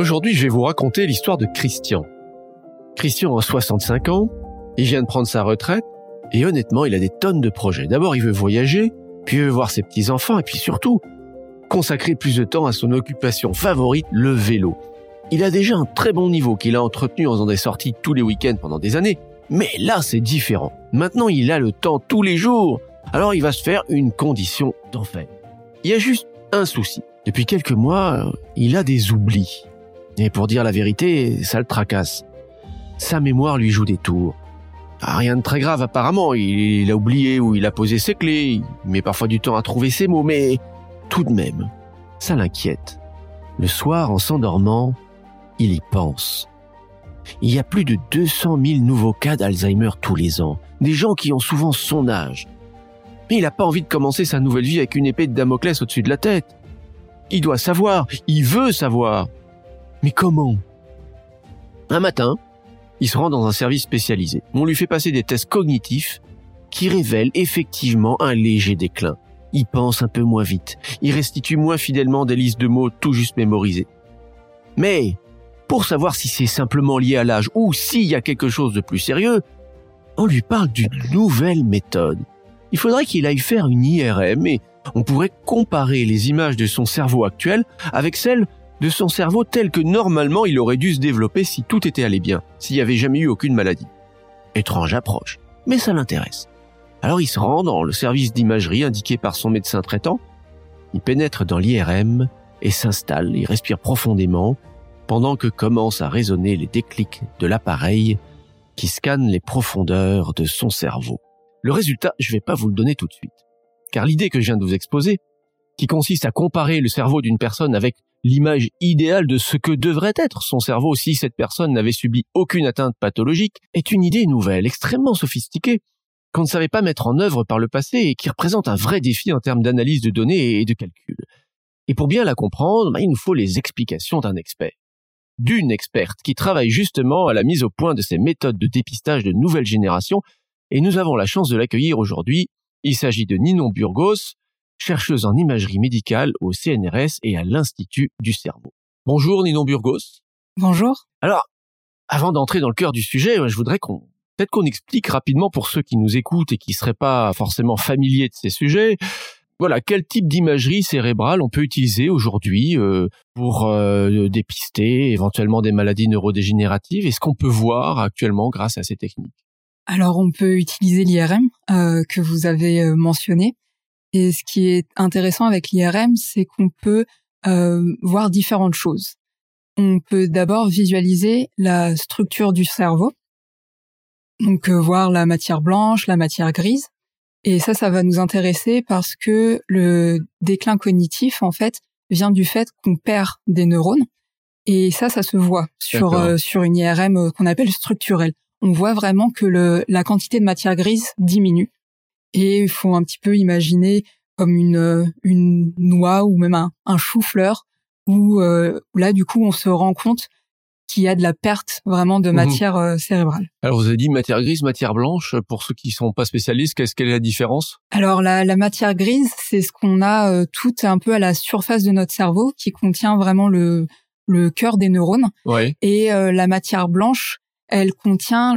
Aujourd'hui, je vais vous raconter l'histoire de Christian. Christian a 65 ans, il vient de prendre sa retraite, et honnêtement, il a des tonnes de projets. D'abord, il veut voyager, puis il veut voir ses petits-enfants, et puis surtout, consacrer plus de temps à son occupation favorite, le vélo. Il a déjà un très bon niveau qu'il a entretenu en faisant des sorties tous les week-ends pendant des années, mais là, c'est différent. Maintenant, il a le temps tous les jours, alors il va se faire une condition d'enfer. Il y a juste un souci. Depuis quelques mois, il a des oublis. Et pour dire la vérité, ça le tracasse. Sa mémoire lui joue des tours. Rien de très grave apparemment, il a oublié où il a posé ses clés, il met parfois du temps à trouver ses mots, mais tout de même, ça l'inquiète. Le soir, en s'endormant, il y pense. Il y a plus de 200 000 nouveaux cas d'Alzheimer tous les ans, des gens qui ont souvent son âge. Mais il n'a pas envie de commencer sa nouvelle vie avec une épée de Damoclès au-dessus de la tête. Il doit savoir, il veut savoir. Mais comment ? Un matin, il se rend dans un service spécialisé. On lui fait passer des tests cognitifs qui révèlent effectivement un léger déclin. Il pense un peu moins vite. Il restitue moins fidèlement des listes de mots tout juste mémorisées. Mais, pour savoir si c'est simplement lié à l'âge ou s'il y a quelque chose de plus sérieux, on lui parle d'une nouvelle méthode. Il faudrait qu'il aille faire une IRM et on pourrait comparer les images de son cerveau actuel avec celles de son cerveau tel que normalement il aurait dû se développer si tout était allé bien, s'il n'y avait jamais eu aucune maladie. Étrange approche, mais ça l'intéresse. Alors il se rend dans le service d'imagerie indiqué par son médecin traitant, il pénètre dans l'IRM et s'installe, il respire profondément, pendant que commencent à résonner les déclics de l'appareil qui scanne les profondeurs de son cerveau. Le résultat, je ne vais pas vous le donner tout de suite, car l'idée que je viens de vous exposer, qui consiste à comparer le cerveau d'une personne avec l'image idéale de ce que devrait être son cerveau si cette personne n'avait subi aucune atteinte pathologique, est une idée nouvelle, extrêmement sophistiquée, qu'on ne savait pas mettre en œuvre par le passé et qui représente un vrai défi en termes d'analyse de données et de calcul. Et pour bien la comprendre, il nous faut les explications d'un expert. D'une experte qui travaille justement à la mise au point de ces méthodes de dépistage de nouvelle génération, et nous avons la chance de l'accueillir aujourd'hui. Il s'agit de Ninon Burgos, chercheuse en imagerie médicale au CNRS et à l'Institut du cerveau. Bonjour Ninon Burgos. Bonjour. Alors, avant d'entrer dans le cœur du sujet, je voudrais qu'on explique rapidement pour ceux qui nous écoutent et qui seraient pas forcément familiers de ces sujets, voilà, quel type d'imagerie cérébrale on peut utiliser aujourd'hui pour dépister éventuellement des maladies neurodégénératives et ce qu'on peut voir actuellement grâce à ces techniques. Alors, on peut utiliser l'IRM que vous avez mentionné. Et ce qui est intéressant avec l'IRM, c'est qu'on peut voir différentes choses. On peut d'abord visualiser la structure du cerveau, donc voir la matière blanche, la matière grise. Et ça va nous intéresser parce que le déclin cognitif, en fait, vient du fait qu'on perd des neurones. Et ça se voit sur une IRM qu'on appelle structurelle. On voit vraiment que la quantité de matière grise diminue. Et il faut un petit peu imaginer comme une noix ou même un chou-fleur où là, du coup, on se rend compte qu'il y a de la perte vraiment de matière cérébrale. Alors, vous avez dit matière grise, matière blanche. Pour ceux qui sont pas spécialistes, quelle est la différence ? Alors, la matière grise, c'est ce qu'on a tout un peu à la surface de notre cerveau qui contient vraiment le cœur des neurones. Ouais. Et la matière blanche, elle contient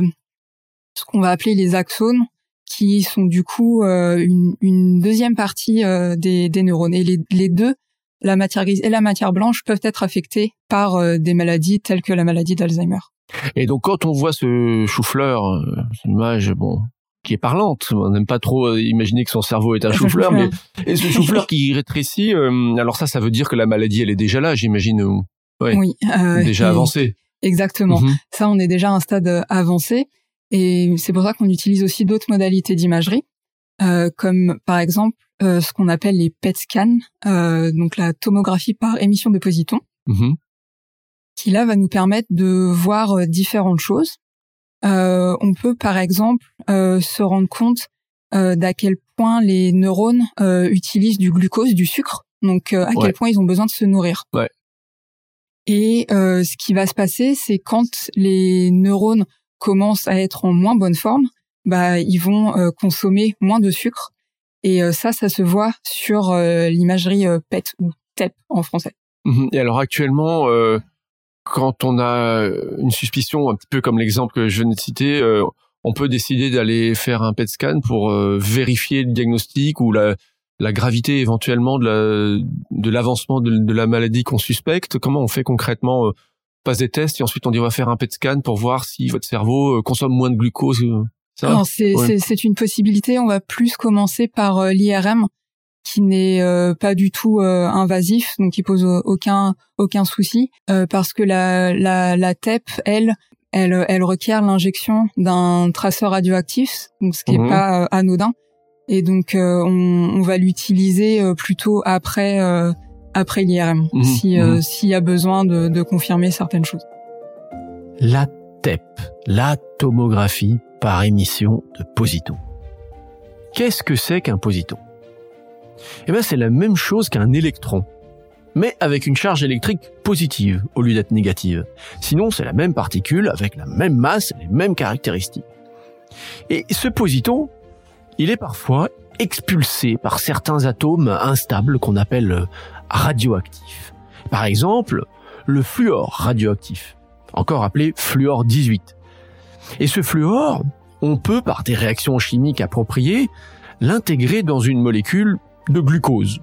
ce qu'on va appeler les axones, qui sont du coup une deuxième partie des neurones. Et les deux, la matière grise et la matière blanche, peuvent être affectées par des maladies telles que la maladie d'Alzheimer. Et donc quand on voit ce chou-fleur, c'est une image qui est parlante, on n'aime pas trop imaginer que son cerveau est un chou-fleur, mais et ce chou-fleur qui rétrécit, alors ça veut dire que la maladie elle est déjà là, j'imagine. Ouais, oui, déjà avancée. Exactement. Ça, on est déjà à un stade avancé. Et c'est pour ça qu'on utilise aussi d'autres modalités d'imagerie, comme par exemple ce qu'on appelle les PET scans, donc la tomographie par émission de positons, qui là va nous permettre de voir différentes choses. On peut par exemple se rendre compte d'à quel point les neurones utilisent du glucose, du sucre, donc à quel point ils ont besoin de se nourrir. Ouais. Et ce qui va se passer, c'est quand les neurones commencent à être en moins bonne forme, ils vont consommer moins de sucre. Et ça se voit sur l'imagerie PET ou TEP en français. Et alors actuellement, quand on a une suspicion, un petit peu comme l'exemple que je venais de citer, on peut décider d'aller faire un PET scan pour vérifier le diagnostic ou la gravité éventuellement de l'avancement de la maladie qu'on suspecte. Comment on fait concrètement? Passe des tests et ensuite on dit on va faire un PET scan pour voir si votre cerveau consomme moins de glucose. Ça Alors c'est une possibilité. On va plus commencer par l'IRM, qui n'est pas du tout invasif, donc qui pose aucun souci, parce que la TEP, elle requiert l'injection d'un traceur radioactif, donc ce qui est pas anodin, et donc on va l'utiliser plutôt après l'IRM, s'il y a besoin de confirmer certaines choses. La TEP, la tomographie par émission de positons. Qu'est-ce que c'est qu'un positon? Eh bien, c'est la même chose qu'un électron, mais avec une charge électrique positive au lieu d'être négative. Sinon, c'est la même particule avec la même masse et les mêmes caractéristiques. Et ce positon, il est parfois expulsé par certains atomes instables qu'on appelle radioactifs. Par exemple, le fluor radioactif, encore appelé fluor 18. Et ce fluor, on peut, par des réactions chimiques appropriées, l'intégrer dans une molécule de glucose.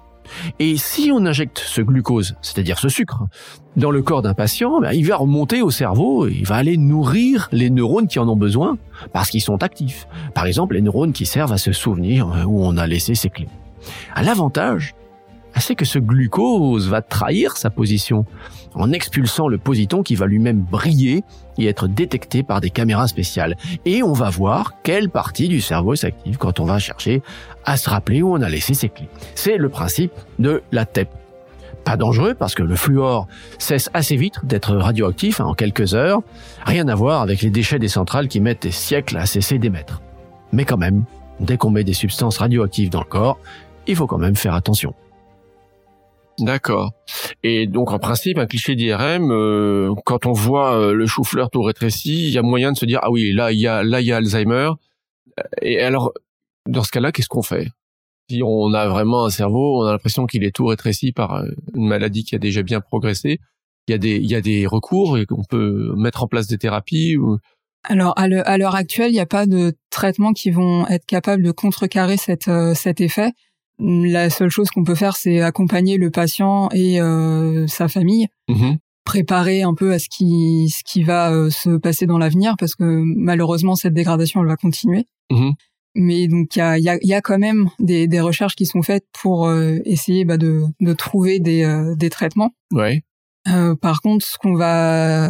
Et si on injecte ce glucose, c'est-à-dire ce sucre, dans le corps d'un patient, il va remonter au cerveau et il va aller nourrir les neurones qui en ont besoin parce qu'ils sont actifs. Par exemple, les neurones qui servent à se souvenir où on a laissé ses clés. L'avantage, c'est que ce glucose va trahir sa position en expulsant le positon qui va lui-même briller et être détecté par des caméras spéciales. Et on va voir quelle partie du cerveau s'active quand on va chercher à se rappeler où on a laissé ses clés. C'est le principe de la TEP. Pas dangereux parce que le fluor cesse assez vite d'être radioactif en quelques heures. Rien à voir avec les déchets des centrales qui mettent des siècles à cesser d'émettre. Mais quand même, dès qu'on met des substances radioactives dans le corps, il faut quand même faire attention. D'accord. Et donc, en principe, un cliché d'IRM, quand on voit le chou-fleur tout rétréci, il y a moyen de se dire, ah oui, là, il y a Alzheimer. Et alors, dans ce cas-là, qu'est-ce qu'on fait? Si on a vraiment un cerveau, on a l'impression qu'il est tout rétréci par une maladie qui a déjà bien progressé, il y a des recours et qu'on peut mettre en place des thérapies ou... Alors, à l'heure actuelle, il n'y a pas de traitements qui vont être capables de contrecarrer cet effet. La seule chose qu'on peut faire, c'est accompagner le patient et sa famille, préparer un peu à ce qui va se passer dans l'avenir, parce que malheureusement cette dégradation elle va continuer. Mais donc il y a quand même des recherches qui sont faites pour essayer de trouver des traitements. Ouais. Par contre, ce qu'on va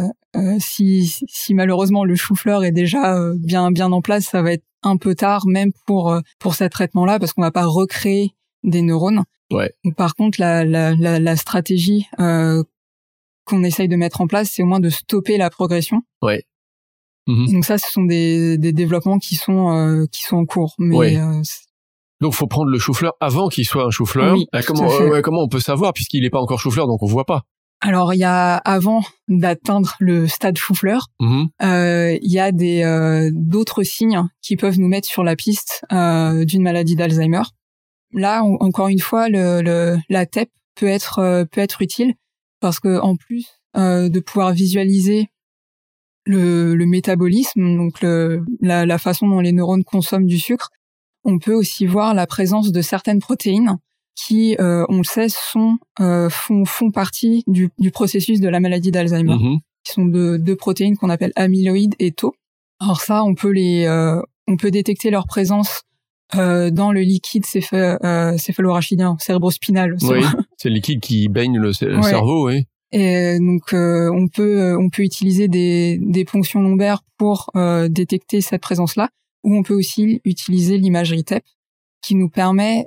si malheureusement le chou-fleur est déjà bien en place, ça va être un peu tard même pour ce traitement-là, parce qu'on va pas recréer des neurones. Ouais. Par contre, la stratégie qu'on essaye de mettre en place, c'est au moins de stopper la progression. Ouais. Donc ça, ce sont des développements qui sont en cours. Mais ouais. Donc faut prendre le chou-fleur avant qu'il soit un chou-fleur. Oui, comment on peut savoir puisqu'il n'est pas encore chou-fleur, donc on voit pas? Alors il y a, avant d'atteindre le stade chou-fleur, il y a d'autres signes qui peuvent nous mettre sur la piste d'une maladie d'Alzheimer. Là, encore une fois, la TEP peut être utile parce que en plus de pouvoir visualiser le métabolisme, donc la façon dont les neurones consomment du sucre, on peut aussi voir la présence de certaines protéines qui, on le sait, font partie du processus de la maladie d'Alzheimer, qui sont deux protéines qu'on appelle amyloïdes et tau. Alors ça, on peut détecter leur présence dans le liquide céphalorachidien, cérébrospinal. Oui, c'est le liquide qui baigne le cerveau, oui. Et donc on peut utiliser des ponctions lombaires pour détecter cette présence-là, ou on peut aussi utiliser l'imagerie TEP qui nous permet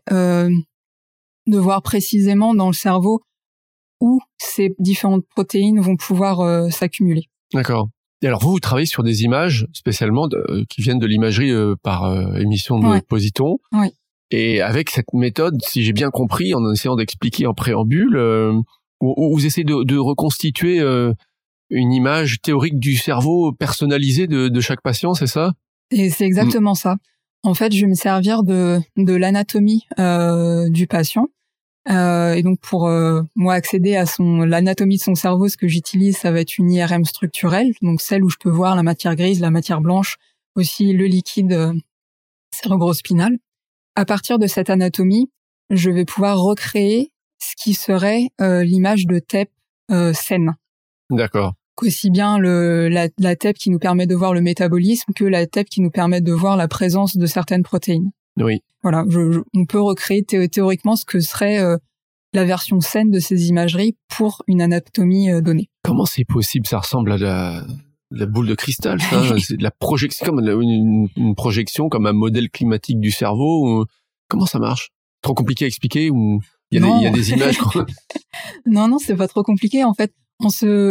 de voir précisément dans le cerveau où ces différentes protéines vont pouvoir s'accumuler. D'accord. Et alors vous travaillez sur des images spécialement qui viennent de l'imagerie par émission de positons. Oui. Et avec cette méthode, si j'ai bien compris, en essayant d'expliquer en préambule, où vous essayez de reconstituer une image théorique du cerveau personnalisée de chaque patient, c'est ça? Et c'est exactement ça. En fait, je vais me servir de l'anatomie du patient Et donc pour moi accéder à l'anatomie de son cerveau, ce que j'utilise, ça va être une IRM structurelle, donc celle où je peux voir la matière grise, la matière blanche, aussi le liquide cérébrospinal. À partir de cette anatomie, je vais pouvoir recréer ce qui serait l'image de TEP saine. D'accord. Aussi bien la TEP qui nous permet de voir le métabolisme que la TEP qui nous permet de voir la présence de certaines protéines. Oui. Voilà, on peut recréer théoriquement ce que serait la version saine de ces imageries pour une anatomie donnée. Comment c'est possible? Ça ressemble à la boule de cristal, ça. C'est de la projection, comme une projection, comme un modèle climatique du cerveau. Comment ça marche? Trop compliqué à expliquer ou il y a des images? Non, c'est pas trop compliqué. En fait, on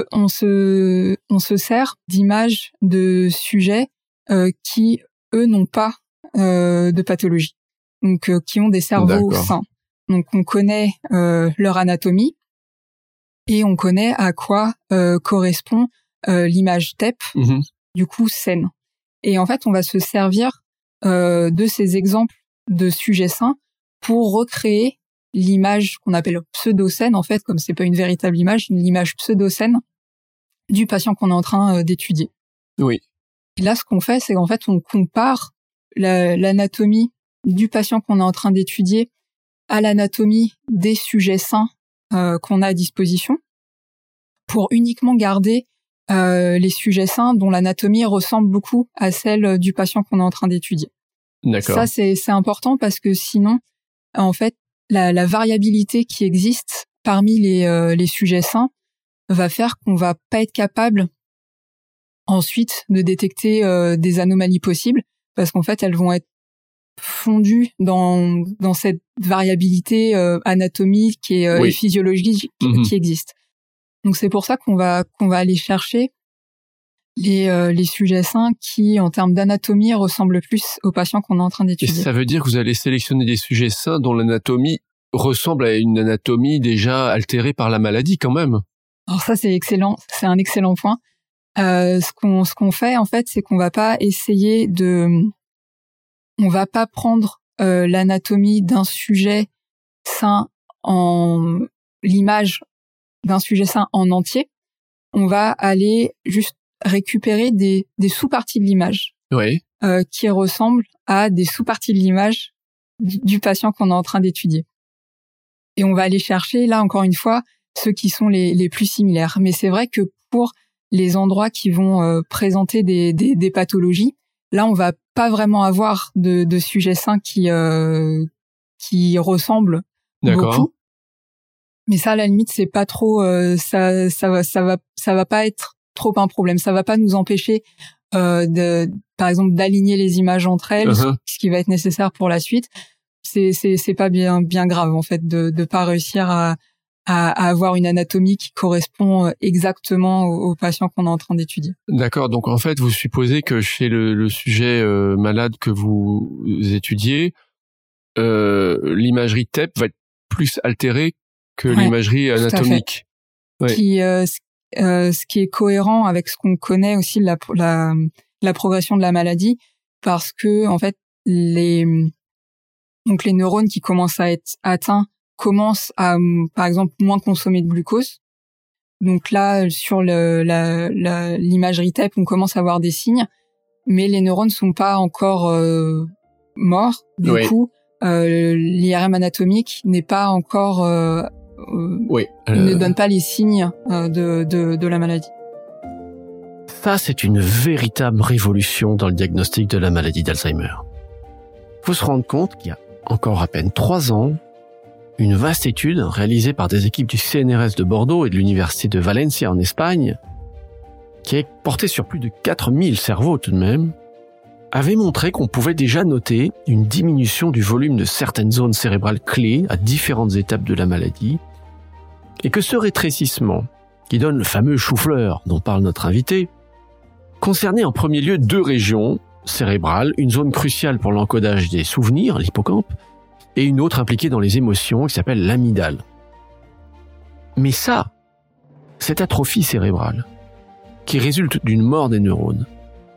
se sert d'images de sujets qui eux n'ont pas de pathologie, donc qui ont des cerveaux sains. Donc on connaît leur anatomie et on connaît à quoi correspond l'image TEP, du coup saine. Et en fait, on va se servir de ces exemples de sujets sains pour recréer l'image qu'on appelle pseudo-saine, en fait, comme c'est pas une véritable image, l'image pseudo-saine du patient qu'on est en train d'étudier. Oui. Et là, ce qu'on fait, c'est qu'en fait, on compare l'anatomie du patient qu'on est en train d'étudier à l'anatomie des sujets sains qu'on a à disposition pour uniquement garder les sujets sains dont l'anatomie ressemble beaucoup à celle du patient qu'on est en train d'étudier. D'accord. Ça, c'est important parce que sinon, en fait, la variabilité qui existe parmi les sujets sains va faire qu'on va pas être capable ensuite de détecter des anomalies possibles parce qu'en fait, elles vont être fondues dans cette variabilité anatomique et physiologique qui existe. Donc c'est pour ça qu'on va aller chercher les sujets sains qui, en termes d'anatomie, ressemblent plus aux patients qu'on est en train d'étudier. Et ça veut dire que vous allez sélectionner des sujets sains dont l'anatomie ressemble à une anatomie déjà altérée par la maladie, quand même. Alors ça, c'est excellent. C'est un excellent point. Ce qu'on fait, en fait, c'est qu'on va pas on va pas prendre l'anatomie d'un sujet sain l'image d'un sujet sain en entier. On va aller juste récupérer des sous-parties de l'image qui ressemblent à des sous-parties de l'image du patient qu'on est en train d'étudier. Et on va aller chercher, là encore une fois, ceux qui sont les plus similaires. Mais c'est vrai que pour les endroits qui vont présenter des pathologies, là on va pas vraiment avoir de sujets sains qui ressemblent beaucoup. Mais ça, à la limite, c'est pas trop, ça va pas être trop un problème. Ça va pas nous empêcher par exemple, d'aligner les images entre elles, ce qui va être nécessaire pour la suite. C'est pas bien grave, en fait, de pas réussir à avoir une anatomie qui correspond exactement au patient qu'on est en train d'étudier. D'accord. Donc, en fait, vous supposez que chez le sujet malade que vous étudiez, l'imagerie TEP va être plus altérée que l'imagerie anatomique. Ce qui est cohérent avec ce qu'on connaît aussi de la progression de la maladie, parce que en fait les neurones qui commencent à être atteints commencent à, par exemple, moins consommer de glucose. Donc là, sur l'imagerie TEP, on commence à avoir des signes, mais les neurones sont pas encore morts. Du coup, l'IRM anatomique n'est pas encore ne donne pas les signes de la maladie. Ça, c'est une véritable révolution dans le diagnostic de la maladie d'Alzheimer. Faut se rendre compte qu'il y a encore à peine 3 ans, une vaste étude réalisée par des équipes du CNRS de Bordeaux et de l'Université de Valencia en Espagne, qui est portée sur plus de 4000 cerveaux tout de même, avait montré qu'on pouvait déjà noter une diminution du volume de certaines zones cérébrales clés à différentes étapes de la maladie, et que ce rétrécissement, qui donne le fameux chou-fleur dont parle notre invité, concernait en premier lieu 2 régions cérébrales, une zone cruciale pour l'encodage des souvenirs, l'hippocampe, et une autre impliquée dans les émotions qui s'appelle l'amygdale. Mais ça, cette atrophie cérébrale, qui résulte d'une mort des neurones,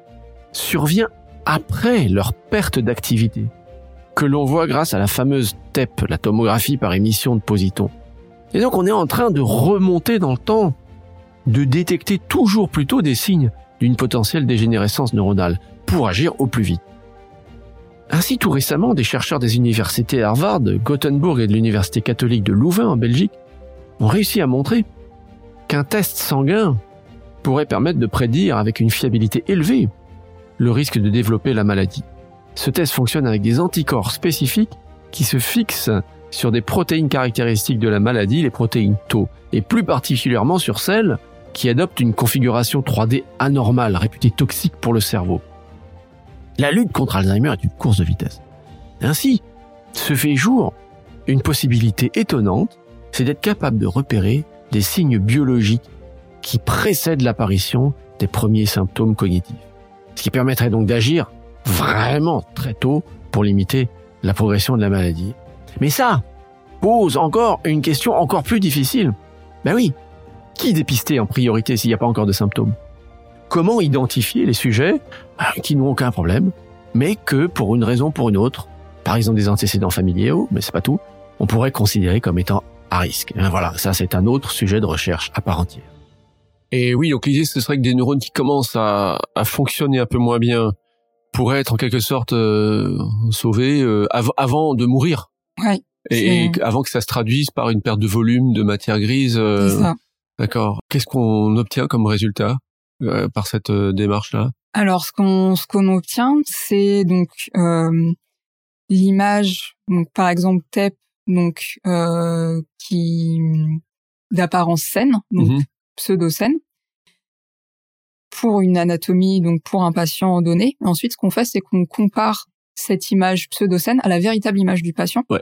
survient après leur perte d'activité, que l'on voit grâce à la fameuse TEP, la tomographie par émission de positons. Et donc on est en train de remonter dans le temps, de détecter toujours plus tôt des signes d'une potentielle dégénérescence neuronale pour agir au plus vite. Ainsi, tout récemment, des chercheurs des universités Harvard, de Gothenburg et de l'université catholique de Louvain en Belgique ont réussi à montrer qu'un test sanguin pourrait permettre de prédire avec une fiabilité élevée le risque de développer la maladie. Ce test fonctionne avec des anticorps spécifiques qui se fixent sur des protéines caractéristiques de la maladie, les protéines Tau, et plus particulièrement sur celles qui adoptent une configuration 3D anormale, réputée toxique pour le cerveau. La lutte contre Alzheimer est une course de vitesse. Ainsi, se fait jour une possibilité étonnante, c'est d'être capable de repérer des signes biologiques qui précèdent l'apparition des premiers symptômes cognitifs. Ce qui permettrait donc d'agir vraiment très tôt pour limiter la progression de la maladie. Mais ça pose encore une question encore plus difficile. Ben oui, qui dépister en priorité s'il n'y a pas encore de symptômes? Comment identifier les sujets qui n'ont aucun problème, mais que pour une raison ou pour une autre, par exemple des antécédents familiaux, mais c'est pas tout, on pourrait considérer comme étant à risque. Et voilà, ça c'est un autre sujet de recherche à part entière. Et oui, donc l'idée ce serait que des neurones qui commencent à fonctionner un peu moins bien pourraient être en quelque sorte sauvés avant de mourir. Ouais. Et avant que ça se traduise par une perte de volume, de matière grise. C'est ça. D'accord. Qu'est-ce qu'on obtient comme résultat par cette démarche-là? Alors, ce qu'on obtient, c'est donc l'image, donc par exemple TEP, donc qui d'apparence saine, donc pseudo-saine, pour une anatomie, donc pour un patient donné. Ensuite, ce qu'on fait, c'est qu'on compare cette image pseudo-saine à la véritable image du patient. Ouais.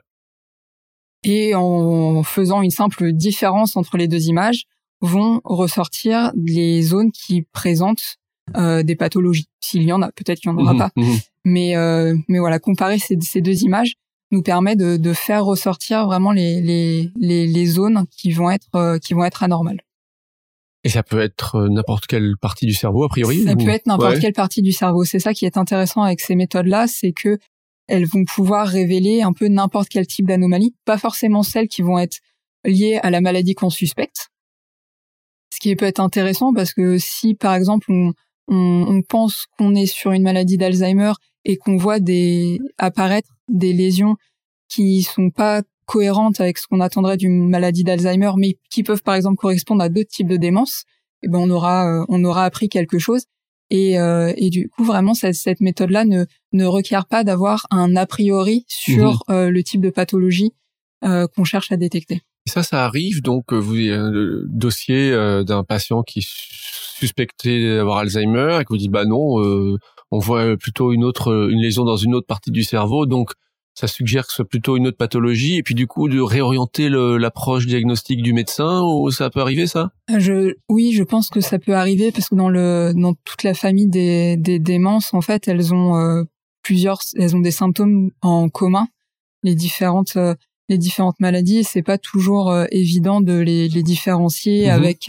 Et en faisant une simple différence entre les deux images, vont ressortir les zones qui présentent des pathologies. S'il y en a, peut-être qu'il n'y en aura pas. Mais voilà, comparer ces deux images nous permet de faire ressortir vraiment les zones qui vont être anormales. Et ça peut être n'importe quelle partie du cerveau, a priori? Ça peut être n'importe quelle partie du cerveau. C'est ça qui est intéressant avec ces méthodes-là, c'est que elles vont pouvoir révéler un peu n'importe quel type d'anomalie, pas forcément celles qui vont être liées à la maladie qu'on suspecte. Ce qui peut être intéressant parce que si, par exemple, on pense qu'on est sur une maladie d'Alzheimer et qu'on voit apparaître des lésions qui sont pas cohérentes avec ce qu'on attendrait d'une maladie d'Alzheimer, mais qui peuvent, par exemple, correspondre à d'autres types de démence, eh ben, on aura appris quelque chose. Et du coup, vraiment, cette méthode-là ne requiert pas d'avoir un a priori sur le type de pathologie qu'on cherche à détecter. Et ça arrive donc, vous avez le dossier d'un patient qui suspectait d'avoir Alzheimer et que vous dites bah non, on voit plutôt une lésion dans une autre partie du cerveau, donc ça suggère que ce soit plutôt une autre pathologie, et puis du coup de réorienter l'approche diagnostique du médecin, ou ça peut arriver ça? Oui, je pense que ça peut arriver parce que dans toute la famille des démences, en fait, elles ont des symptômes en commun, les différentes maladies, et c'est pas toujours évident de les différencier avec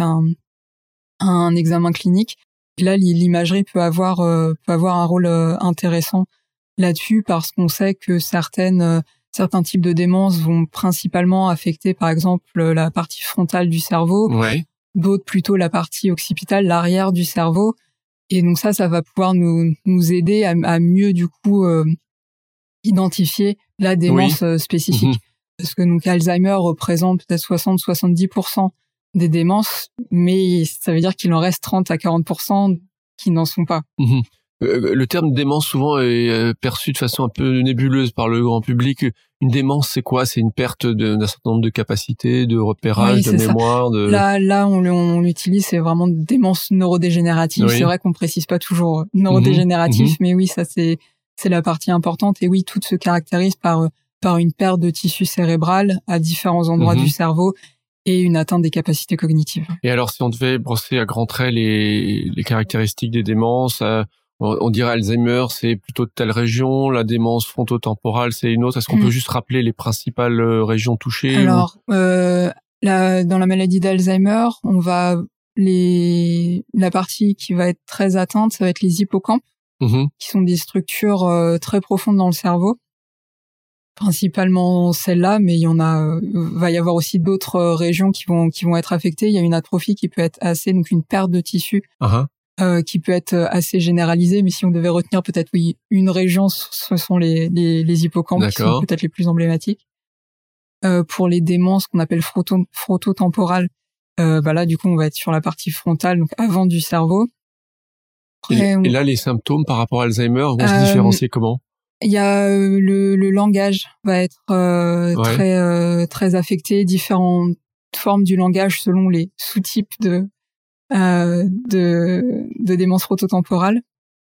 un examen clinique. Et là, l'imagerie peut avoir un rôle intéressant là-dessus parce qu'on sait que certains types de démence vont principalement affecter, par exemple, la partie frontale du cerveau, d'autres plutôt la partie occipitale, l'arrière du cerveau. Et donc ça va pouvoir nous aider à mieux, du coup, identifier la démence spécifique. Parce que donc Alzheimer représente peut-être 60-70% des démences, mais ça veut dire qu'il en reste 30 à 40% qui n'en sont pas. Le terme démence souvent est perçu de façon un peu nébuleuse par le grand public. Une démence, c'est quoi? C'est une perte d'un certain nombre de capacités, de repérage, de mémoire. Là, on l'utilise, c'est vraiment démence neurodégénérative. C'est vrai qu'on précise pas toujours neurodégénératif, mais oui, ça c'est la partie importante. Et oui, tout se caractérise par une perte de tissu cérébral à différents endroits du cerveau et une atteinte des capacités cognitives. Et alors, si on devait brosser à grands traits les caractéristiques des démences, on dirait Alzheimer, c'est plutôt de telle région, la démence frontotemporale, c'est une autre. Est-ce qu'on peut juste rappeler les principales régions touchées? Alors, dans la maladie d'Alzheimer, la partie qui va être très atteinte, ça va être les hippocampes, qui sont des structures très profondes dans le cerveau. principalement celle-là, mais il y en a, va y avoir aussi d'autres régions qui vont être affectées. Il y a une atrophie qui peut être donc une perte de tissu qui peut être assez généralisée. Mais si on devait retenir peut-être une région, ce sont les hippocampes qui sont peut-être les plus emblématiques. Pour les démences qu'on appelle frontotemporales, là du coup on va être sur la partie frontale, donc avant du cerveau. Après, et là les symptômes par rapport à Alzheimer vont se différencier comment? Il y a le langage va être très affecté, différentes formes du langage selon les sous-types de démence frontotemporale.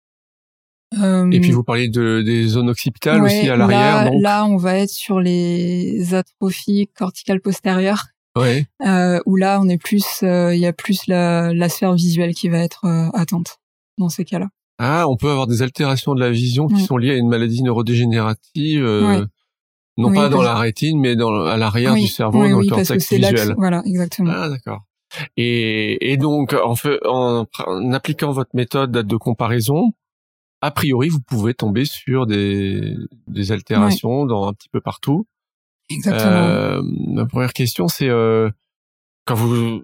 Et puis vous parliez des zones occipitales aussi à l'arrière. Là on va être sur les atrophies corticales postérieures. Où là on est plus, il y a plus la sphère visuelle qui va être atteinte dans ces cas-là. Ah, on peut avoir des altérations de la vision qui sont liées à une maladie neurodégénérative, non pas dans la rétine, mais à l'arrière du cerveau, dans le cortex visuel. Voilà, exactement. Ah, d'accord. Et donc, en appliquant votre méthode de comparaison, a priori, vous pouvez tomber sur des altérations dans un petit peu partout. Exactement. Ma première question, c'est quand vous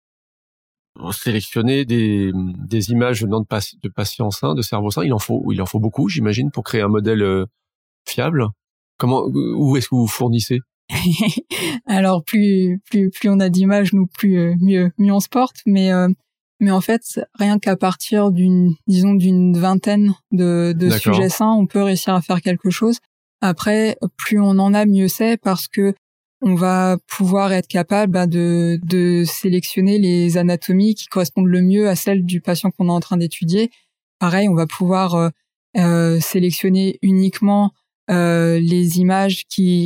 sélectionnez des images venant de patients sains, de cerveau sain, il en faut beaucoup, j'imagine, pour créer un modèle fiable. Où est-ce que vous fournissez? Alors plus on a d'images, mieux on se porte, mais en fait rien qu'à partir d'une vingtaine de sujets sains, on peut réussir à faire quelque chose. Après, plus on en a, mieux c'est, parce que on va pouvoir être capable de sélectionner les anatomies qui correspondent le mieux à celles du patient qu'on est en train d'étudier. Pareil, on va pouvoir sélectionner uniquement les images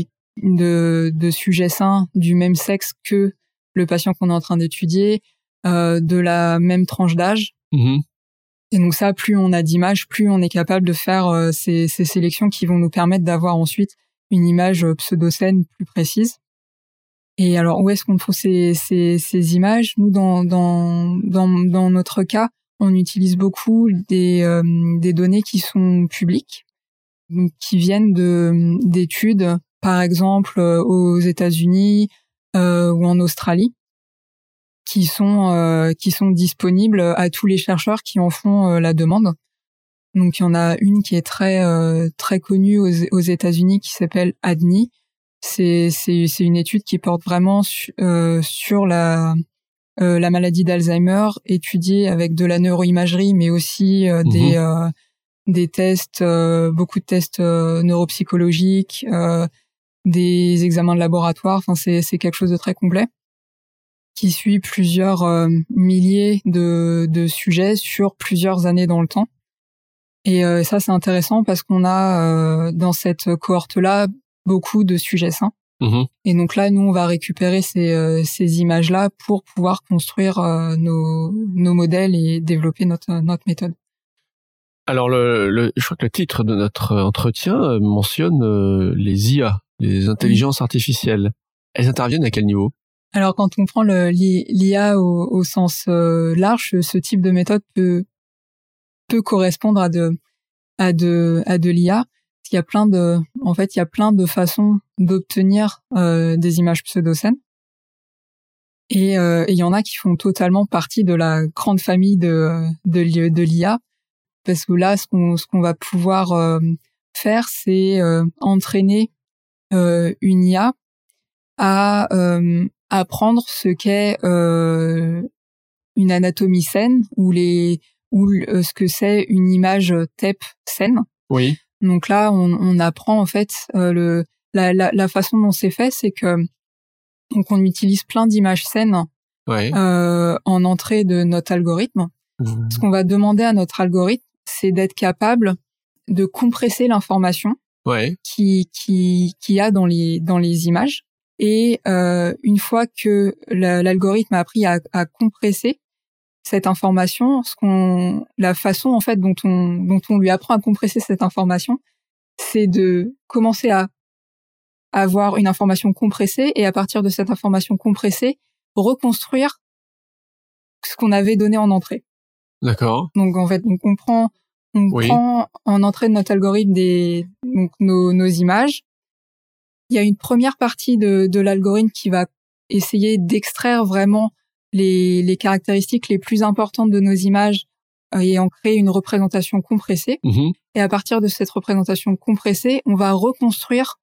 de sujets sains du même sexe que le patient qu'on est en train d'étudier, de la même tranche d'âge. Et donc ça, plus on a d'images, plus on est capable de faire ces sélections qui vont nous permettre d'avoir ensuite une image pseudo-saine plus précise. Et alors, où est-ce qu'on trouve ces images? Nous, dans notre cas, on utilise beaucoup des données qui sont publiques, donc qui viennent d'études, par exemple aux États-Unis ou en Australie, qui sont disponibles à tous les chercheurs qui en font la demande. Donc il y en a une qui est très connue aux États-Unis qui s'appelle ADNI. C'est une étude qui porte vraiment sur la maladie d'Alzheimer, étudiée avec de la neuroimagerie, mais aussi des tests, beaucoup de tests neuropsychologiques, des examens de laboratoire. Enfin, c'est quelque chose de très complet qui suit plusieurs milliers de sujets sur plusieurs années dans le temps. Et ça, c'est intéressant parce qu'on a dans cette cohorte-là beaucoup de sujets sains. Et donc là, nous, on va récupérer ces images-là pour pouvoir construire nos modèles et développer notre méthode. Alors, je crois que le titre de notre entretien mentionne les IA, les intelligences artificielles. Elles interviennent à quel niveau? Alors, quand on prend l'IA au sens large, ce type de méthode peut correspondre à de l'IA. Il y a plein de façons d'obtenir des images pseudo-saines. Et il y en a qui font totalement partie de la grande famille de l'IA. Parce que là, ce qu'on va pouvoir faire, c'est entraîner une IA à apprendre ce qu'est une anatomie saine ou ce que c'est une image TEP saine. Oui. Donc là, on apprend en fait la façon dont c'est fait, c'est que donc on utilise plein d'images saines en entrée de notre algorithme. Ce qu'on va demander à notre algorithme, c'est d'être capable de compresser l'information qui y a dans les images. Et une fois que l'algorithme a appris à compresser cette information, la façon en fait dont on lui apprend à compresser cette information, c'est de commencer à avoir une information compressée et à partir de cette information compressée, reconstruire ce qu'on avait donné en entrée. D'accord. Donc en fait, on prend en entrée de notre algorithme nos images Il y a une première partie de l'algorithme qui va essayer d'extraire vraiment les caractéristiques les plus importantes de nos images et en créer une représentation compressée. Et à partir de cette représentation compressée, on va reconstruire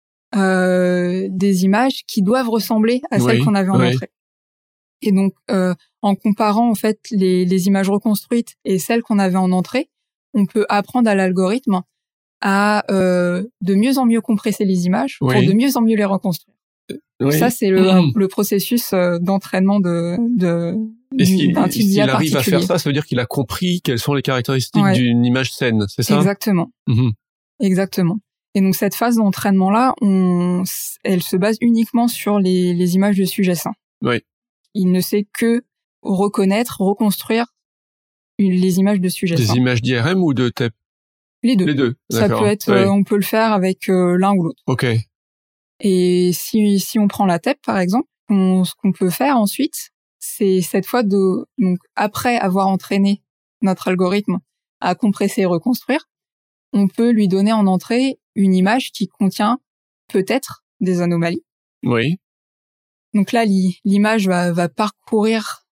des images qui doivent ressembler à celles qu'on avait en entrée. Et donc, en comparant en fait les images reconstruites et celles qu'on avait en entrée, on peut apprendre à l'algorithme à de mieux en mieux compresser les images pour de mieux en mieux les reconstruire. Donc ça, c'est le processus d'entraînement d'un type d'IA particulier. S'il arrive à faire ça, ça veut dire qu'il a compris quelles sont les caractéristiques d'une image saine, c'est ça? Exactement. Exactement. Et donc cette phase d'entraînement-là, elle se base uniquement sur les images de sujets sains. Il ne sait que reconnaître, reconstruire les images de sujets sains. Des images d'IRM ou de TEP? Les deux. Les deux. Ça peut être, on peut le faire avec l'un ou l'autre. Ok. Et si on prend la TEP par exemple, ce qu'on peut faire ensuite, c'est cette fois donc après avoir entraîné notre algorithme à compresser et reconstruire, on peut lui donner en entrée une image qui contient peut-être des anomalies. Oui. Donc là, l'image va parcourir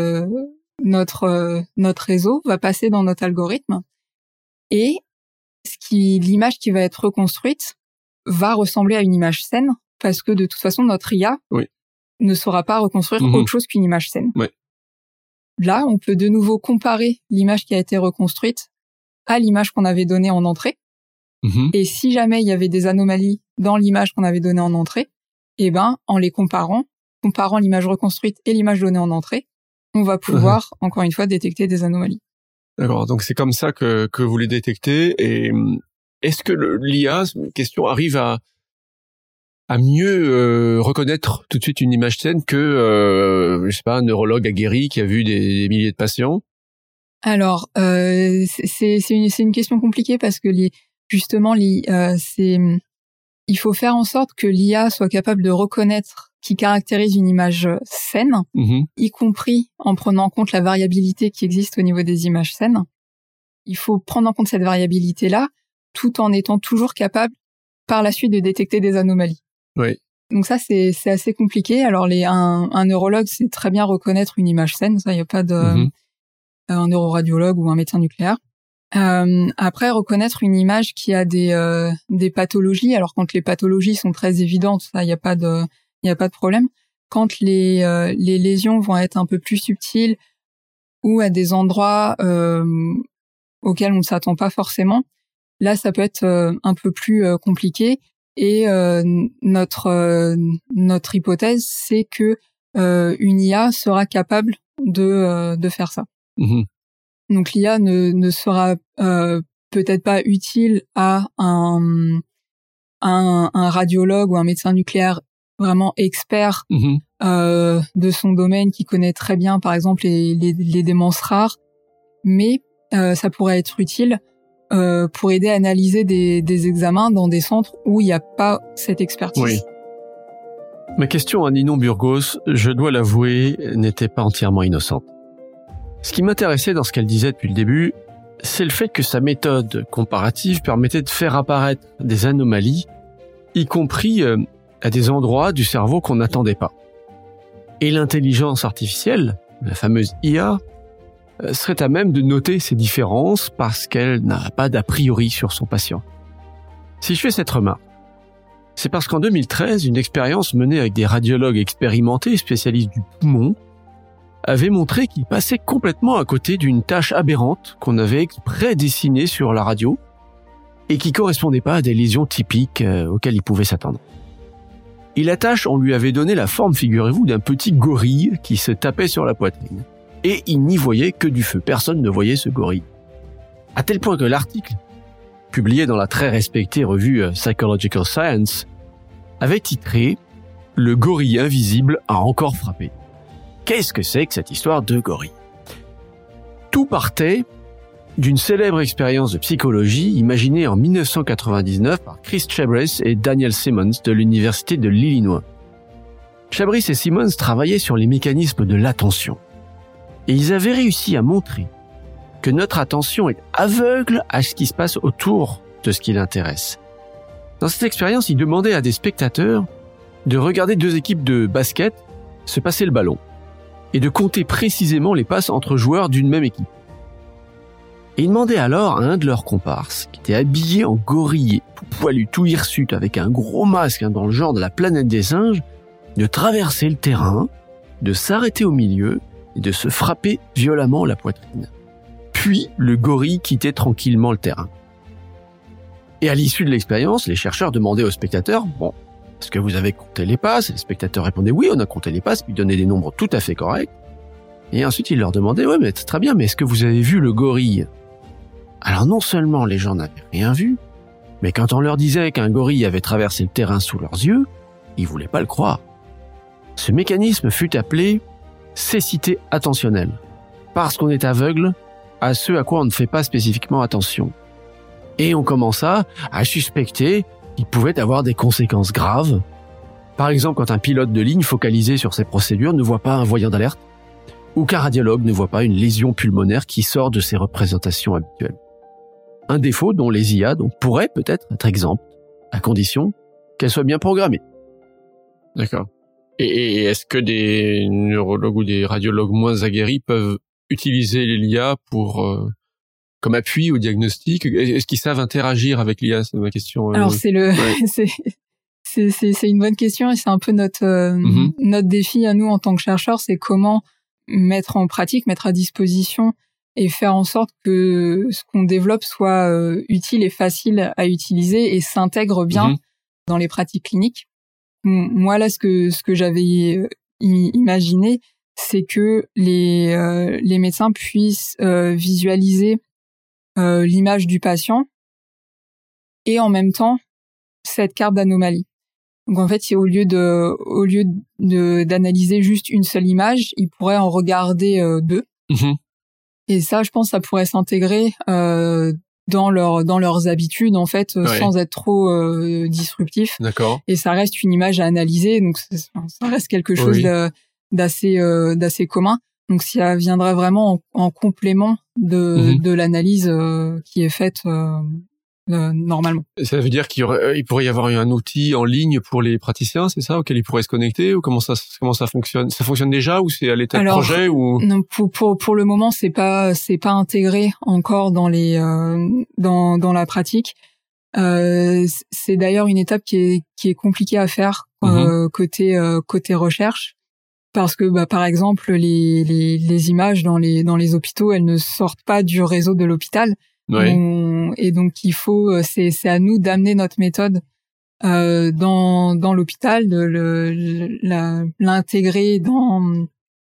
notre réseau, va passer dans notre algorithme, et l'image qui va être reconstruite va ressembler à une image saine, parce que de toute façon, notre IA ne saura pas reconstruire autre chose qu'une image saine. Là, on peut de nouveau comparer l'image qui a été reconstruite à l'image qu'on avait donnée en entrée. Et si jamais il y avait des anomalies dans l'image qu'on avait donnée en entrée, en les comparant l'image reconstruite et l'image donnée en entrée, on va pouvoir, encore une fois, détecter des anomalies. D'accord, donc c'est comme ça que vous les détectez. Et est-ce que l'IA, question, arrive à mieux reconnaître tout de suite une image saine que, je sais pas, un neurologue aguerri qui a vu des milliers de patients? Alors, c'est une question compliquée parce que justement, il faut faire en sorte que l'IA soit capable de reconnaître qui caractérise une image saine, y compris en prenant en compte la variabilité qui existe au niveau des images saines. Il faut prendre en compte cette variabilité-là, tout en étant toujours capable, par la suite, de détecter des anomalies. Donc ça, c'est assez compliqué. Alors, un neurologue sait très bien reconnaître une image saine, ça, il n'y a pas de... un neuroradiologue ou un médecin nucléaire. Après, reconnaître une image qui a des pathologies, alors quand les pathologies sont très évidentes, ça, il n'y a pas de problème. Quand les lésions vont être un peu plus subtiles ou à des endroits auxquels on ne s'attend pas forcément, là, ça peut être un peu plus compliqué. Et notre hypothèse, c'est que une IA sera capable de faire ça. Donc l'IA ne sera peut-être pas utile à un radiologue ou un médecin nucléaire vraiment expert de son domaine, qui connaît très bien, par exemple, les démences rares, mais ça pourrait être utile pour aider à analyser des examens dans des centres où il n'y a pas cette expertise. Ma question à Ninon Burgos, je dois l'avouer, n'était pas entièrement innocente. Ce qui m'intéressait dans ce qu'elle disait depuis le début, c'est le fait que sa méthode comparative permettait de faire apparaître des anomalies, y compris à des endroits du cerveau qu'on n'attendait pas. Et l'intelligence artificielle, la fameuse IA, serait à même de noter ces différences parce qu'elle n'a pas d'a priori sur son patient. Si je fais cette remarque, c'est parce qu'en 2013, une expérience menée avec des radiologues expérimentés spécialistes du poumon avait montré qu'ils passaient complètement à côté d'une tâche aberrante qu'on avait exprès dessinée sur la radio et qui correspondait pas à des lésions typiques auxquelles ils pouvaient s'attendre. Et la tâche, on lui avait donné la forme, figurez-vous, d'un petit gorille qui se tapait sur la poitrine. Et il n'y voyait que du feu. Personne ne voyait ce gorille. À tel point que l'article, publié dans la très respectée revue Psychological Science, avait titré « Le gorille invisible a encore frappé ». Qu'est-ce que c'est que cette histoire de gorille? Tout partait d'une célèbre expérience de psychologie imaginée en 1999 par Chris Chabris et Daniel Simmons de l'Université de l'Illinois. Chabris et Simmons travaillaient sur les mécanismes de l'attention. Et ils avaient réussi à montrer que notre attention est aveugle à ce qui se passe autour de ce qui l'intéresse. Dans cette expérience, il demandait à des spectateurs de regarder 2 équipes de basket se passer le ballon et de compter précisément les passes entre joueurs d'une même équipe. Et il demandait alors à un de leurs comparses, qui était habillé en gorille, tout poilu, tout hirsute, avec un gros masque dans le genre de la planète des singes, de traverser le terrain, de s'arrêter au milieu et de se frapper violemment la poitrine. Puis, le gorille quittait tranquillement le terrain. Et à l'issue de l'expérience, les chercheurs demandaient aux spectateurs, bon, est-ce que vous avez compté les passes? Les spectateurs répondaient oui, on a compté les passes, puis donnaient des nombres tout à fait corrects. Et ensuite, ils leur demandaient, ouais, mais c'est très bien, mais est-ce que vous avez vu le gorille? Alors non seulement les gens n'avaient rien vu, mais quand on leur disait qu'un gorille avait traversé le terrain sous leurs yeux, ils voulaient pas le croire. Ce mécanisme fut appelé cécité attentionnelle, parce qu'on est aveugle à ce à quoi on ne fait pas spécifiquement attention. Et on commença à suspecter qu'il pouvait avoir des conséquences graves. Par exemple, quand un pilote de ligne focalisé sur ses procédures ne voit pas un voyant d'alerte, ou qu'un radiologue ne voit pas une lésion pulmonaire qui sort de ses représentations habituelles. Un défaut dont les IA pourraient peut-être être exemptes, à condition qu'elles soient bien programmées. D'accord. Et est-ce que des neurologues ou des radiologues moins aguerris peuvent utiliser l'IA pour comme appui au diagnostic? Est-ce qu'ils savent interagir avec l'IA? C'est ma question. Alors c'est une bonne question et c'est un peu notre défi à nous en tant que chercheurs, c'est comment mettre en pratique, mettre à disposition et faire en sorte que ce qu'on développe soit utile et facile à utiliser et s'intègre bien dans les pratiques cliniques. Moi là, ce que j'avais imaginé, c'est que les médecins puissent visualiser l'image du patient et en même temps cette carte d'anomalie. Donc en fait, c'est au lieu d'analyser juste une seule image, ils pourraient en regarder 2. Et ça, je pense, ça pourrait s'intégrer dans leurs habitudes en fait, sans être trop disruptif. D'accord. Et ça reste une image à analyser, donc ça reste quelque chose d'assez commun. Donc ça viendrait vraiment en complément de l'analyse qui est faite normalement. Ça veut dire qu'il pourrait y avoir un outil en ligne pour les praticiens, c'est ça, auquel ils pourraient se connecter, ou comment ça fonctionne? Ça fonctionne déjà ou c'est à l'état de projet ou? Non, pour le moment c'est pas intégré encore dans dans la pratique. C'est d'ailleurs une étape qui est compliquée à faire côté recherche, parce que par exemple les images dans les hôpitaux, elles ne sortent pas du réseau de l'hôpital. Et donc il faut c'est à nous d'amener notre méthode dans l'hôpital, de l'intégrer dans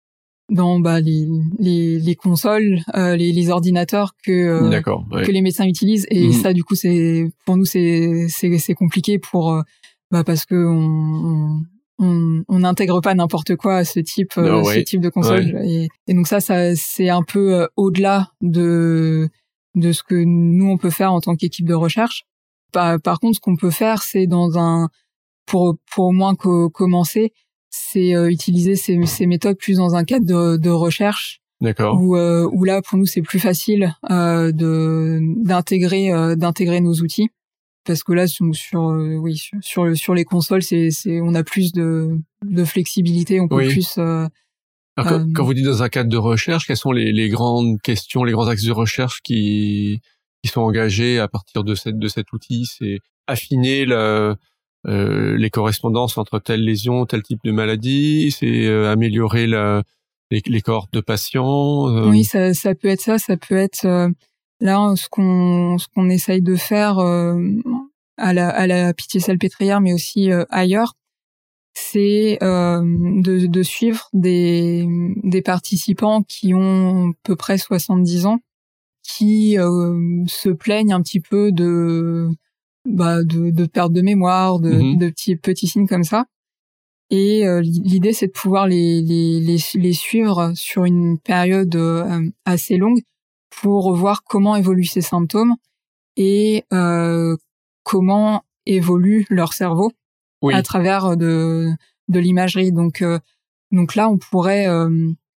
les consoles, les ordinateurs que les médecins utilisent. Et ça du coup pour nous c'est compliqué parce que on n'intègre pas n'importe quoi à ce type de console. Et donc ça c'est un peu au-delà de ce que nous on peut faire en tant qu'équipe de recherche. Par contre, ce qu'on peut faire, c'est pour au moins commencer, c'est utiliser ces méthodes plus dans un cadre de recherche. D'accord. Où là, pour nous, c'est plus facile d'intégrer nos outils, parce que là, sur les consoles, on a plus de flexibilité, on peut plus. Alors, quand vous dites dans un cadre de recherche, quelles sont les grandes questions, les grands axes de recherche qui sont engagés à partir de cet outil? C'est affiner les correspondances entre telle lésion, tel type de maladie, c'est améliorer les cohortes de patients. Oui, ça peut être ça. Ça peut être là ce qu'on essaye de faire à la Pitié-Salpêtrière, mais aussi ailleurs. C'est de suivre des participants qui ont à peu près 70 ans, qui se plaignent un petit peu de perte de mémoire, de petits signes comme ça. Et l'idée, c'est de pouvoir les suivre sur une période assez longue pour voir comment évoluent ces symptômes et comment évolue leur cerveau. À travers de l'imagerie. Donc là, on pourrait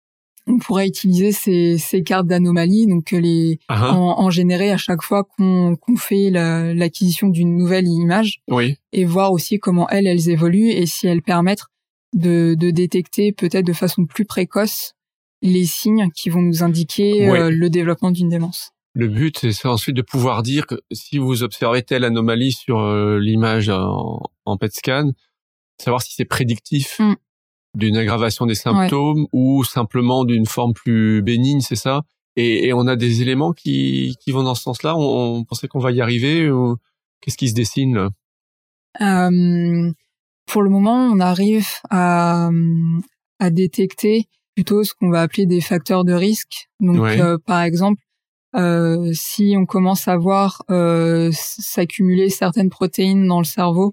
on pourrait utiliser ces cartes d'anomalie, donc en générer à chaque fois qu'on fait l'acquisition d'une nouvelle image, et voir aussi comment elles évoluent et si elles permettent de détecter peut-être de façon plus précoce les signes qui vont nous indiquer le développement d'une démence. Le but, c'est ensuite de pouvoir dire que si vous observez telle anomalie sur l'image en PET scan, savoir si c'est prédictif d'une aggravation des symptômes ou simplement d'une forme plus bénigne, c'est ça? Et on a des éléments qui vont dans ce sens-là. On pensait qu'on va y arriver, ou qu'est-ce qui se dessine là? Pour le moment, on arrive à détecter plutôt ce qu'on va appeler des facteurs de risque. Donc, par exemple, si on commence à voir s'accumuler certaines protéines dans le cerveau,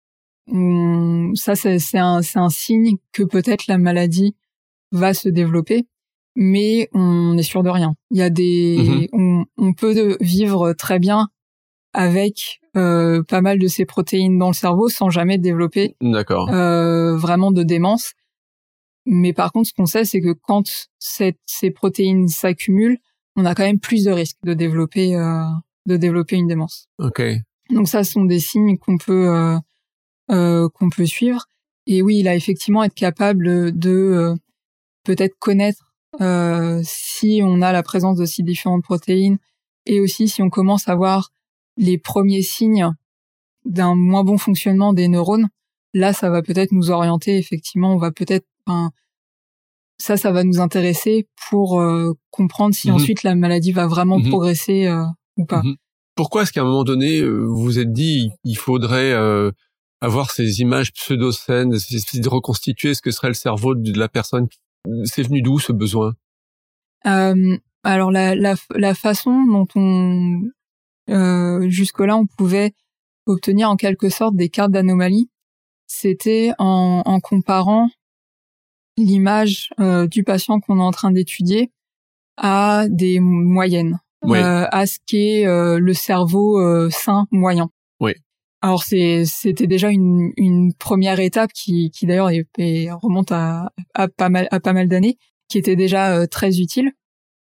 ça c'est un signe que peut-être la maladie va se développer, mais on est sûr de rien. Il y a on peut vivre très bien avec pas mal de ces protéines dans le cerveau sans jamais développer vraiment de démence. Mais par contre, ce qu'on sait, c'est que quand ces protéines s'accumulent, on a quand même plus de risques de développer une démence. Donc ça, ce sont des signes qu'on peut suivre. Et oui, il a effectivement être capable de peut-être connaître si on a la présence de ces différentes protéines, et aussi si on commence à voir les premiers signes d'un moins bon fonctionnement des neurones. Là, ça va peut-être nous orienter. Effectivement, on va peut-être ça va nous intéresser pour comprendre si ensuite la maladie va vraiment progresser ou pas. Pourquoi est-ce qu'à un moment donné, vous vous êtes dit il faudrait avoir ces images pseudo-saines, de reconstituer ce que serait le cerveau de la personne? C'est venu d'où ce besoin? Alors la façon dont jusque-là on pouvait obtenir en quelque sorte des cartes d'anomalie, c'était en comparant l'image du patient qu'on est en train d'étudier à des moyennes, à ce qu'est le cerveau sain moyen. Alors c'était déjà une première étape qui d'ailleurs remonte à pas mal d'années, qui était déjà très utile.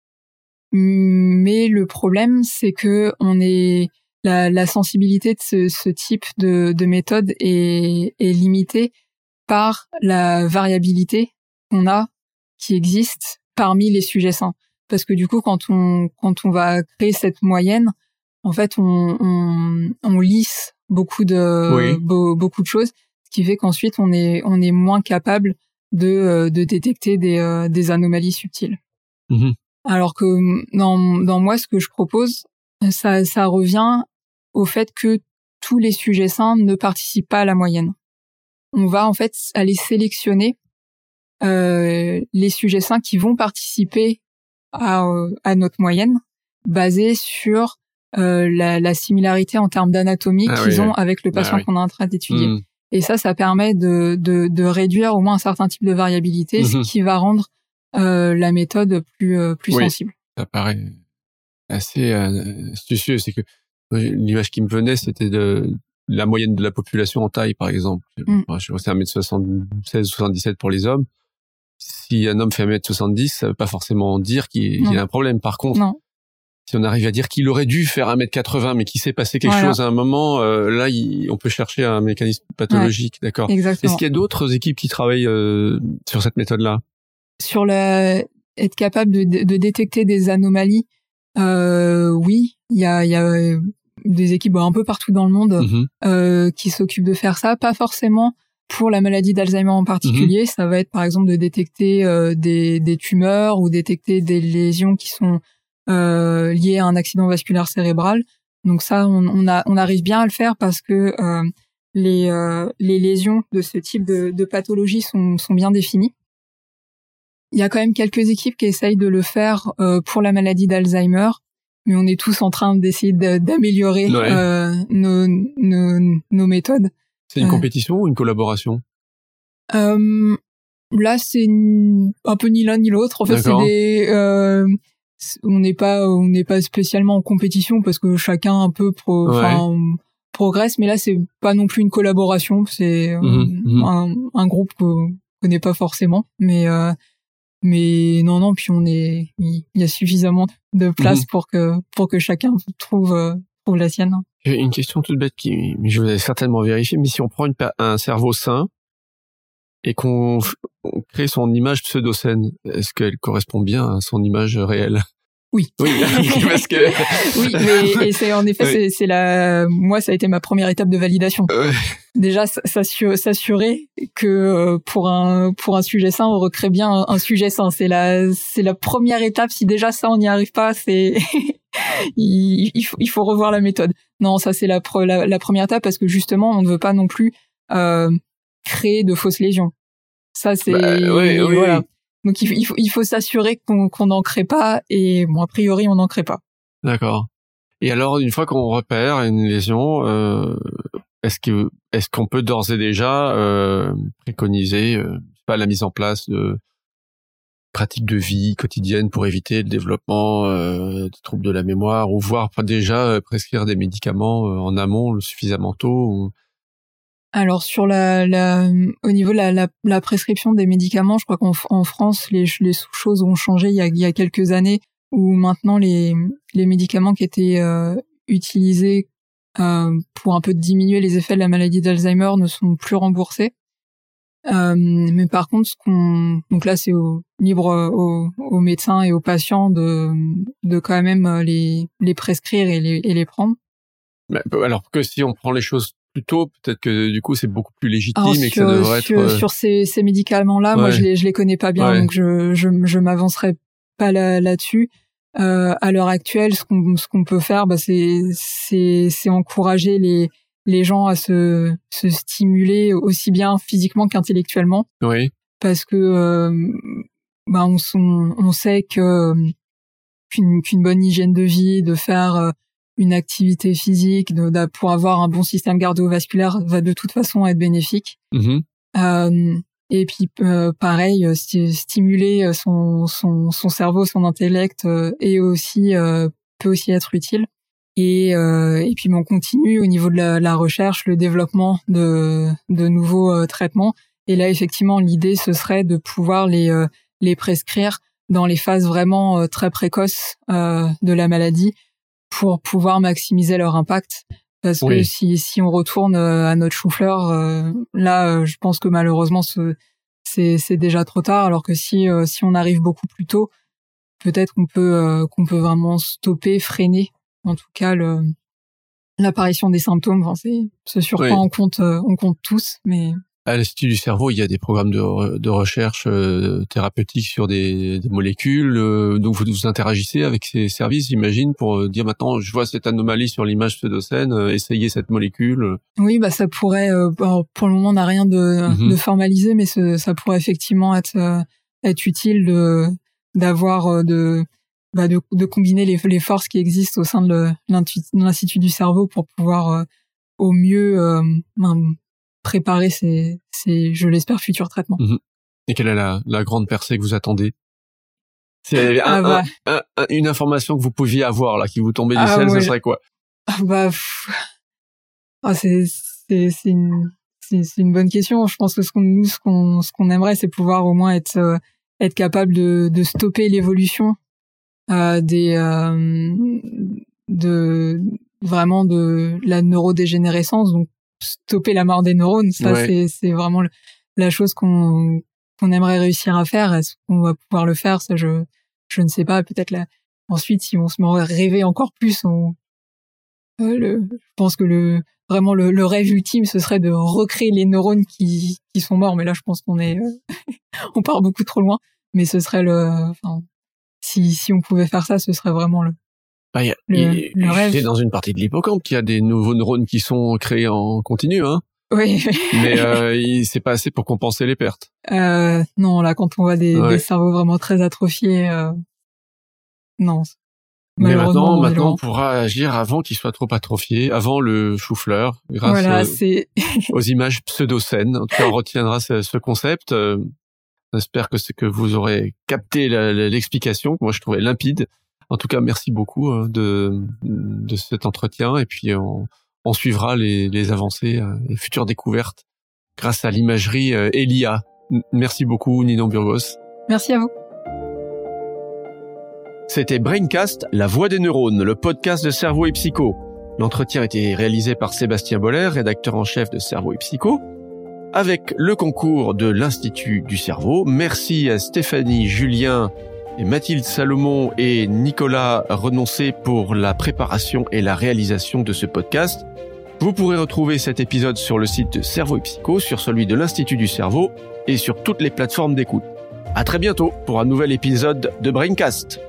Mais le problème, c'est que la sensibilité de ce type de méthode est limitée par la variabilité qui existe parmi les sujets sains. Parce que du coup, quand on va créer cette moyenne, en fait, on lisse beaucoup de choses, ce qui fait qu'ensuite on est moins capable de détecter des anomalies subtiles. Alors que dans moi, ce que je propose, ça revient au fait que tous les sujets sains ne participent pas à la moyenne. On va en fait aller sélectionner les sujets sains qui vont participer à notre moyenne, basée sur la similarité en termes d'anatomie qu'ils ont avec le patient qu'on est en train d'étudier. Et ça permet de réduire au moins un certain type de variabilité, ce qui va rendre la méthode plus sensible. Ça paraît assez astucieux. C'est que l'image qui me venait, c'était de la moyenne de la population en taille, par exemple. Je vois, c'est 1m76 ou 77 pour les hommes. Si un homme fait 1m70, ça veut pas forcément dire qu'il a un problème. Par contre, si on arrive à dire qu'il aurait dû faire 1m80, mais qu'il s'est passé quelque chose à un moment, là, on peut chercher un mécanisme pathologique. D'accord. Exactement. Est-ce qu'il y a d'autres équipes qui travaillent sur cette méthode-là? Sur être capable de détecter des anomalies, oui, il y a des équipes un peu partout dans le monde qui s'occupent de faire ça, pas forcément pour la maladie d'Alzheimer en particulier. Ça va être par exemple de détecter des tumeurs ou détecter des lésions qui sont liées à un accident vasculaire cérébral. Donc ça, on arrive bien à le faire parce que les lésions de ce type de pathologie sont bien définies. Il y a quand même quelques équipes qui essayent de le faire pour la maladie d'Alzheimer, mais on est tous en train d'essayer d'améliorer nos méthodes. C'est une compétition ou une collaboration? Là, c'est un peu ni l'un ni l'autre. En fait, on n'est pas spécialement en compétition parce que chacun un peu progresse, mais là, c'est pas non plus une collaboration. C'est un groupe qu'on connaît pas forcément, mais Mais non, puis il y a suffisamment de place pour que chacun trouve la sienne. J'ai une question toute bête mais je vais certainement vérifier, mais si on prend un cerveau sain et qu'on crée son image pseudo-saine, est-ce qu'elle correspond bien à son image réelle? Oui. Oui, parce que oui, mais et c'est en effet oui. c'est moi ça a été ma première étape de validation. Déjà s'assurer que pour un sujet sain, on recrée bien un sujet sain, c'est la première étape. Si déjà ça on n'y arrive pas, c'est il faut revoir la méthode. Non, ça c'est la première étape parce que justement, on ne veut pas non plus créer de fausses lésions. Ça c'est voilà. Donc il faut s'assurer qu'on n'en crée pas et bon a priori on n'en crée pas. D'accord. Et alors une fois qu'on repère une lésion, est-ce qu'on peut d'ores et déjà préconiser la mise en place de pratiques de vie quotidienne pour éviter le développement des troubles de la mémoire ou voire déjà prescrire des médicaments en amont suffisamment tôt Alors sur au niveau de la prescription des médicaments, je crois qu'en France les choses ont changé il y a quelques années où maintenant les médicaments qui étaient utilisés pour un peu diminuer les effets de la maladie d'Alzheimer ne sont plus remboursés. Mais par contre donc là c'est libre aux médecins et aux patients de quand même les prescrire et les prendre. Alors que si on prend les choses plus tôt, peut-être que du coup c'est beaucoup plus légitime et que ça devrait être sur ces médicaments-là, moi je les connais pas bien, donc je m'avancerai pas là-dessus. À l'heure actuelle, ce qu'on peut faire, c'est encourager les gens à se stimuler aussi bien physiquement qu'intellectuellement. Oui. Parce que on sait qu'une bonne hygiène de vie, de faire une activité physique, pour avoir un bon système cardiovasculaire va de toute façon être bénéfique. Et puis pareil, stimuler son cerveau, son intellect et aussi peut aussi être utile. Et puis on continue au niveau de la recherche, le développement de nouveaux traitements. Et là effectivement l'idée ce serait de pouvoir les prescrire dans les phases vraiment très précoces de la maladie pour pouvoir maximiser leur impact. Parce que si on retourne à notre chou-fleur, là, je pense que malheureusement, c'est déjà trop tard. Alors que si on arrive beaucoup plus tôt, peut-être qu'on peut vraiment stopper, freiner, en tout cas, l'apparition des symptômes. Enfin, c'est ce sur quoi on compte tous, mais. À l'Institut du cerveau, il y a des programmes de recherche thérapeutique sur des molécules. Donc, vous interagissez avec ces services, j'imagine, pour dire maintenant, je vois cette anomalie sur l'image pseudo-saine, essayez cette molécule. Oui, ça pourrait. Pour le moment, on n'a rien de formalisé, mais ça pourrait effectivement être utile d'avoir de combiner les forces qui existent au sein de l'Institut du cerveau pour pouvoir au mieux préparer ces je l'espère futurs traitements. Et quelle est la grande percée que vous attendez? C'est une information que vous pouviez avoir là qui vous tombait du ciel, ce serait quoi? C'est une bonne question. Je pense que ce qu'on aimerait, c'est pouvoir au moins être capable de stopper l'évolution vraiment de la neurodégénérescence, donc stopper la mort des neurones. Ça c'est vraiment la chose qu'on aimerait réussir à faire. Est-ce qu'on va pouvoir le faire? Ça je ne sais pas. Peut-être là ensuite si on se met à rêver encore plus, je pense que le rêve ultime ce serait de recréer les neurones qui sont morts, mais là je pense qu'on est on part beaucoup trop loin, mais ce serait si on pouvait faire ça, ce serait vraiment le rêve. C'est dans une partie de l'hippocampe qu'il y a des nouveaux neurones qui sont créés en continu, hein. Oui. Mais c'est pas assez pour compenser les pertes. Non, là quand on voit des cerveaux vraiment très atrophiés, non. Mais maintenant on pourra agir avant qu'ils soient trop atrophiés, avant le chou-fleur, grâce aux images pseudo-saines. En tout cas, on retiendra ce concept. J'espère que vous aurez capté l'explication, que moi je trouvais limpide. En tout cas, merci beaucoup de cet entretien, et puis on suivra les avancées, les futures découvertes grâce à l'imagerie et l'IA. Merci beaucoup, Ninon Burgos. Merci à vous. C'était Braincast, la voix des neurones, le podcast de Cerveau et Psycho. L'entretien a été réalisé par Sébastien Boller, rédacteur en chef de Cerveau et Psycho, avec le concours de l'Institut du Cerveau. Merci à Stéphanie, Julien, et Mathilde Salomon et Nicolas Renoncé pour la préparation et la réalisation de ce podcast. Vous pourrez retrouver cet épisode sur le site de Cerveau et Psycho, sur celui de l'Institut du Cerveau et sur toutes les plateformes d'écoute. À très bientôt pour un nouvel épisode de Braincast.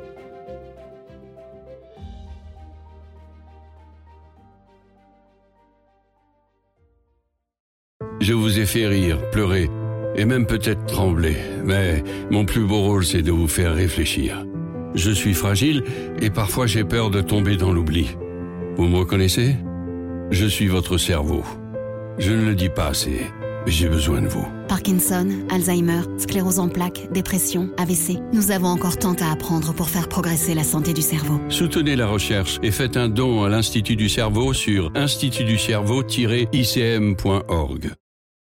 Je vous ai fait rire, pleurer et même peut-être trembler, mais mon plus beau rôle, c'est de vous faire réfléchir. Je suis fragile et parfois j'ai peur de tomber dans l'oubli. Vous me reconnaissez ? Je suis votre cerveau. Je ne le dis pas assez, mais j'ai besoin de vous. Parkinson, Alzheimer, sclérose en plaques, dépression, AVC. Nous avons encore tant à apprendre pour faire progresser la santé du cerveau. Soutenez la recherche et faites un don à l'Institut du Cerveau sur institutducerveau-icm.org.